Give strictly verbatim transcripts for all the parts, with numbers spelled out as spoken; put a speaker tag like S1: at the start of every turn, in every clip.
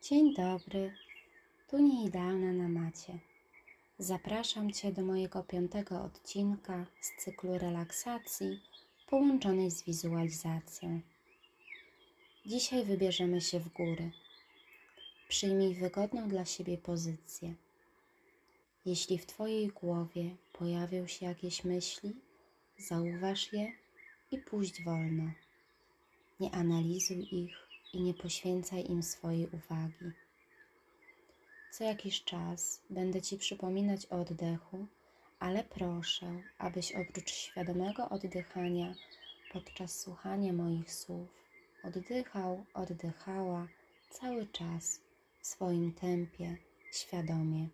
S1: Dzień dobry, tu Nieidealna na macie. Zapraszam Cię do mojego piątego odcinka z cyklu relaksacji połączonej z wizualizacją. Dzisiaj wybierzemy się w góry. Przyjmij wygodną dla siebie pozycję. Jeśli w Twojej głowie pojawią się jakieś myśli, zauważ je i puść wolno. Nie analizuj ich i nie poświęcaj im swojej uwagi. Co jakiś czas będę Ci przypominać o oddechu, ale proszę, abyś oprócz świadomego oddychania podczas słuchania moich słów oddychał, oddychała cały czas w swoim tempie, świadomie.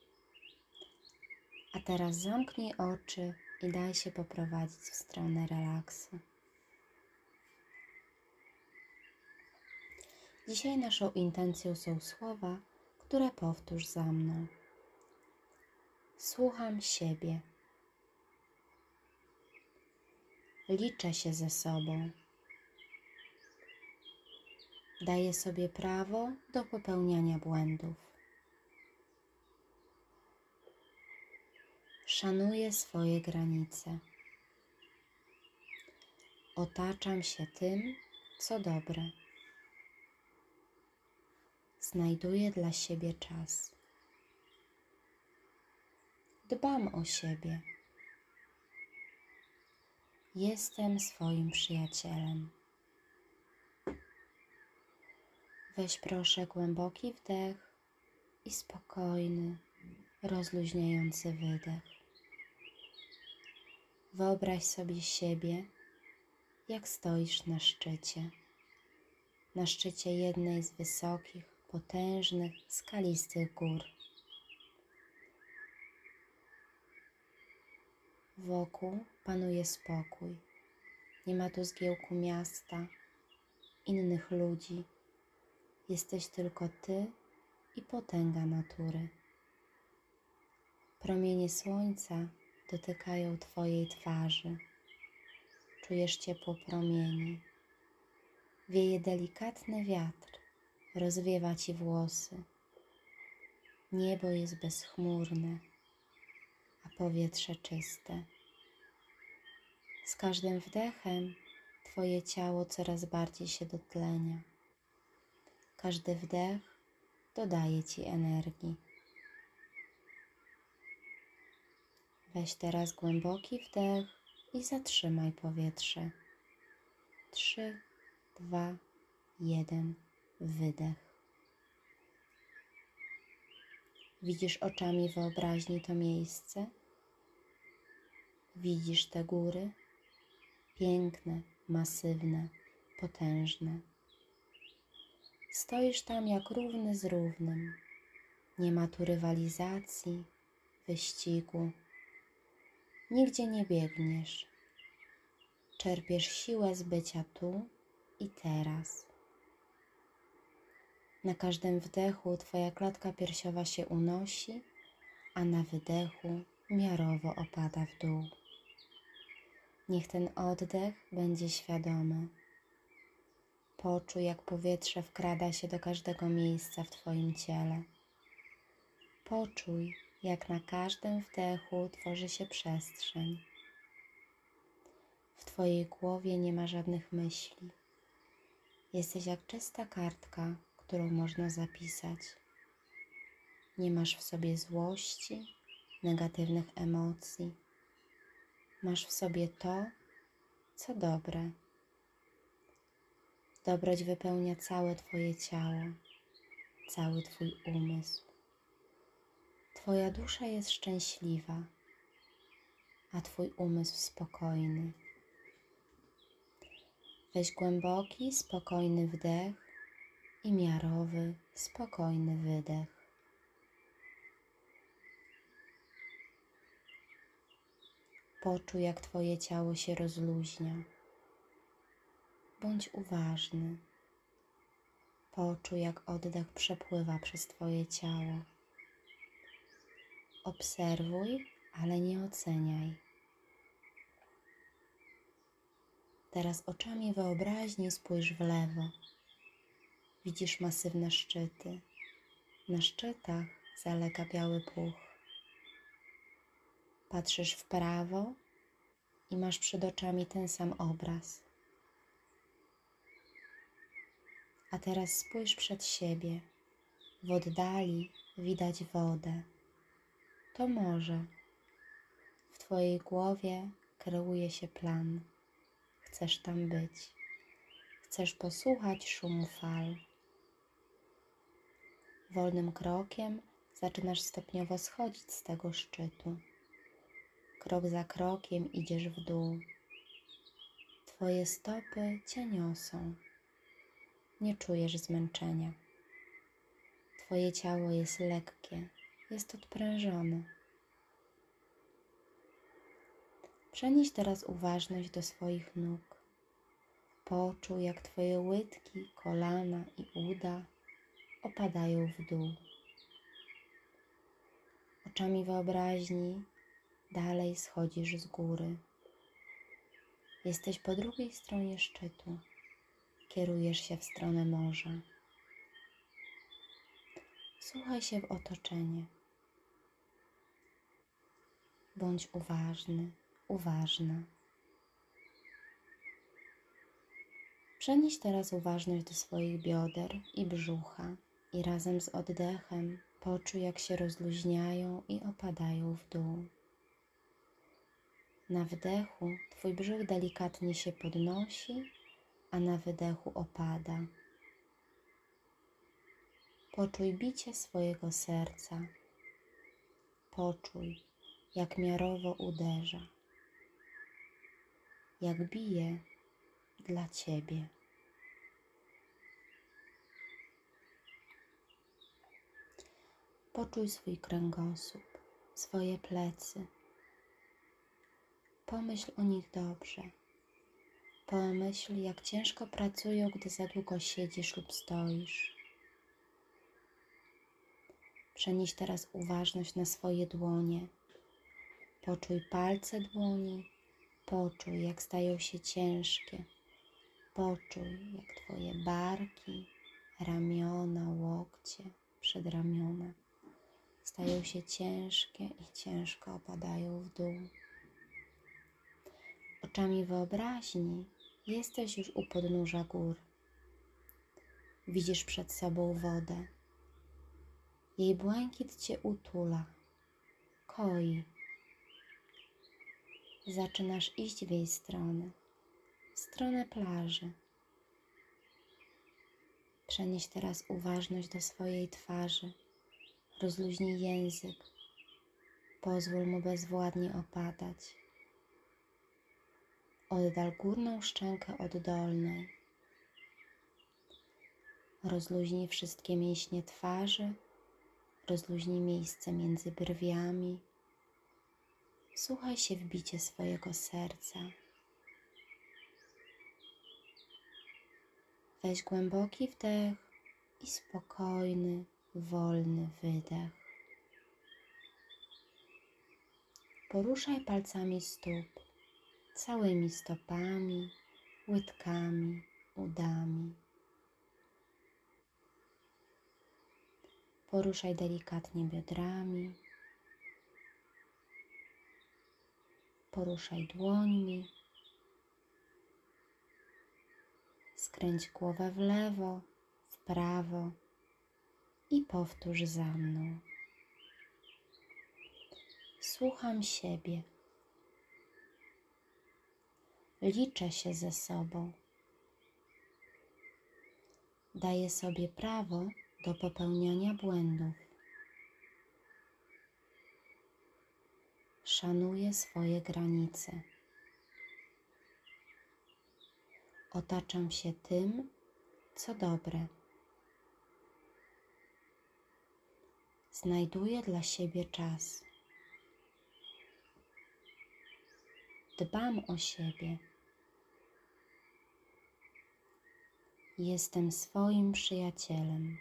S1: A teraz zamknij oczy i daj się poprowadzić w stronę relaksu. Dzisiaj naszą intencją są słowa, które powtórz za mną. Słucham siebie. Liczę się ze sobą. Daję sobie prawo do popełniania błędów. Szanuję swoje granice. Otaczam się tym, co dobre. Znajduję dla siebie czas. Dbam o siebie. Jestem swoim przyjacielem. Weź proszę głęboki wdech i spokojny, rozluźniający wydech. Wyobraź sobie siebie, jak stoisz na szczycie. Na szczycie jednej z wysokich, potężnych, skalistych gór. Wokół panuje spokój. Nie ma tu zgiełku miasta, innych ludzi. Jesteś tylko Ty i potęga natury. Promienie słońca dotykają Twojej twarzy. Czujesz ciepło promieni. Wieje delikatny wiatr, rozwiewa Ci włosy. Niebo jest bezchmurne, a powietrze czyste. Z każdym wdechem Twoje ciało coraz bardziej się dotlenia. Każdy wdech dodaje Ci energii. Weź teraz głęboki wdech i zatrzymaj powietrze. Trzy, dwa, jeden, wydech. Widzisz oczami wyobraźni to miejsce? Widzisz te góry? Piękne, masywne, potężne. Stoisz tam jak równy z równym. Nie ma tu rywalizacji, wyścigu. Nigdzie nie biegniesz. Czerpiesz siłę z bycia tu i teraz. Na każdym wdechu Twoja klatka piersiowa się unosi, a na wydechu miarowo opada w dół. Niech ten oddech będzie świadomy. Poczuj, jak powietrze wkrada się do każdego miejsca w Twoim ciele. Poczuj, jak na każdym wdechu tworzy się przestrzeń. W Twojej głowie nie ma żadnych myśli. Jesteś jak czysta kartka, którą można zapisać. Nie masz w sobie złości, negatywnych emocji. Masz w sobie to, co dobre. Dobroć wypełnia całe Twoje ciało, cały Twój umysł. Twoja dusza jest szczęśliwa, a Twój umysł spokojny. Weź głęboki, spokojny wdech i miarowy, spokojny wydech. Poczuj, jak Twoje ciało się rozluźnia. Bądź uważny. Poczuj, jak oddech przepływa przez Twoje ciało. Obserwuj, ale nie oceniaj. Teraz oczami wyobraźni spójrz w lewo. Widzisz masywne szczyty. Na szczytach zalega biały puch. Patrzysz w prawo i masz przed oczami ten sam obraz. A teraz spójrz przed siebie. W oddali widać wodę. To morze. W twojej głowie kreuje się plan. Chcesz tam być. Chcesz posłuchać szumu fal. Wolnym krokiem zaczynasz stopniowo schodzić z tego szczytu. Krok za krokiem idziesz w dół. Twoje stopy cię niosą. Nie czujesz zmęczenia. Twoje ciało jest lekkie, jest odprężone. Przenieś teraz uważność do swoich nóg. Poczuj, jak twoje łydki, kolana i uda opadają w dół. Oczami wyobraźni dalej schodzisz z góry. Jesteś po drugiej stronie szczytu. Kierujesz się w stronę morza. Wsłuchaj się w otoczenie. Bądź uważny, uważna. Przenieś teraz uważność do swoich bioder i brzucha i razem z oddechem poczuj, jak się rozluźniają i opadają w dół. Na wdechu twój brzuch delikatnie się podnosi, a na wydechu opada. Poczuj bicie swojego serca. Poczuj, jak miarowo uderza. Jak bije dla ciebie. Poczuj swój kręgosłup, swoje plecy. Pomyśl o nich dobrze. Pomyśl, jak ciężko pracują, gdy za długo siedzisz lub stoisz. Przenieś teraz uważność na swoje dłonie. Poczuj palce dłoni. Poczuj, jak stają się ciężkie. Poczuj, jak twoje barki, ramiona, łokcie, przedramiona stają się ciężkie i ciężko opadają w dół. Oczami wyobraźni jesteś już u podnóża gór. Widzisz przed sobą wodę. Jej błękit cię utula, koi. Zaczynasz iść w jej stronę, w stronę plaży. Przenieś teraz uważność do swojej twarzy. Rozluźnij język. Pozwól mu bezwładnie opadać. Oddal górną szczękę od dolnej. Rozluźnij wszystkie mięśnie twarzy. Rozluźnij miejsce między brwiami. Wsłuchaj się w bicie swojego serca. Weź głęboki wdech i spokojny, wolny wydech. Poruszaj palcami stóp, całymi stopami, łydkami, udami. Poruszaj delikatnie biodrami. Poruszaj dłońmi. Skręć głowę w lewo, w prawo i powtórz za mną. Słucham siebie. Liczę się ze sobą. Daję sobie prawo do popełniania błędów. Szanuję swoje granice. Otaczam się tym, co dobre. Znajduję dla siebie czas. Dbam o siebie. Jestem swoim przyjacielem.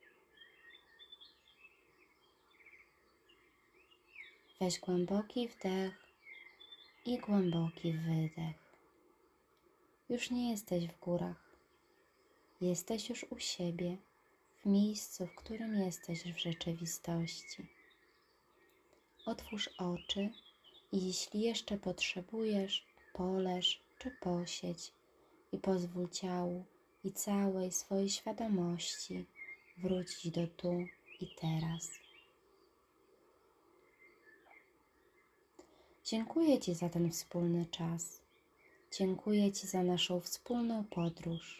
S1: Weź głęboki wdech i głęboki wydech. Już nie jesteś w górach. Jesteś już u siebie, w miejscu, w którym jesteś w rzeczywistości. Otwórz oczy i jeśli jeszcze potrzebujesz, poleż czy posiedź i pozwól ciału i całej swojej świadomości wrócić do tu i teraz. Dziękuję Ci za ten wspólny czas. Dziękuję Ci za naszą wspólną podróż.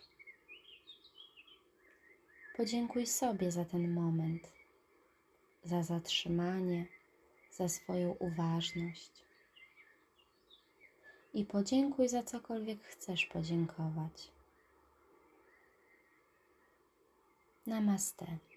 S1: Podziękuj sobie za ten moment, za zatrzymanie, za swoją uważność. I podziękuj za cokolwiek chcesz podziękować. Namaste.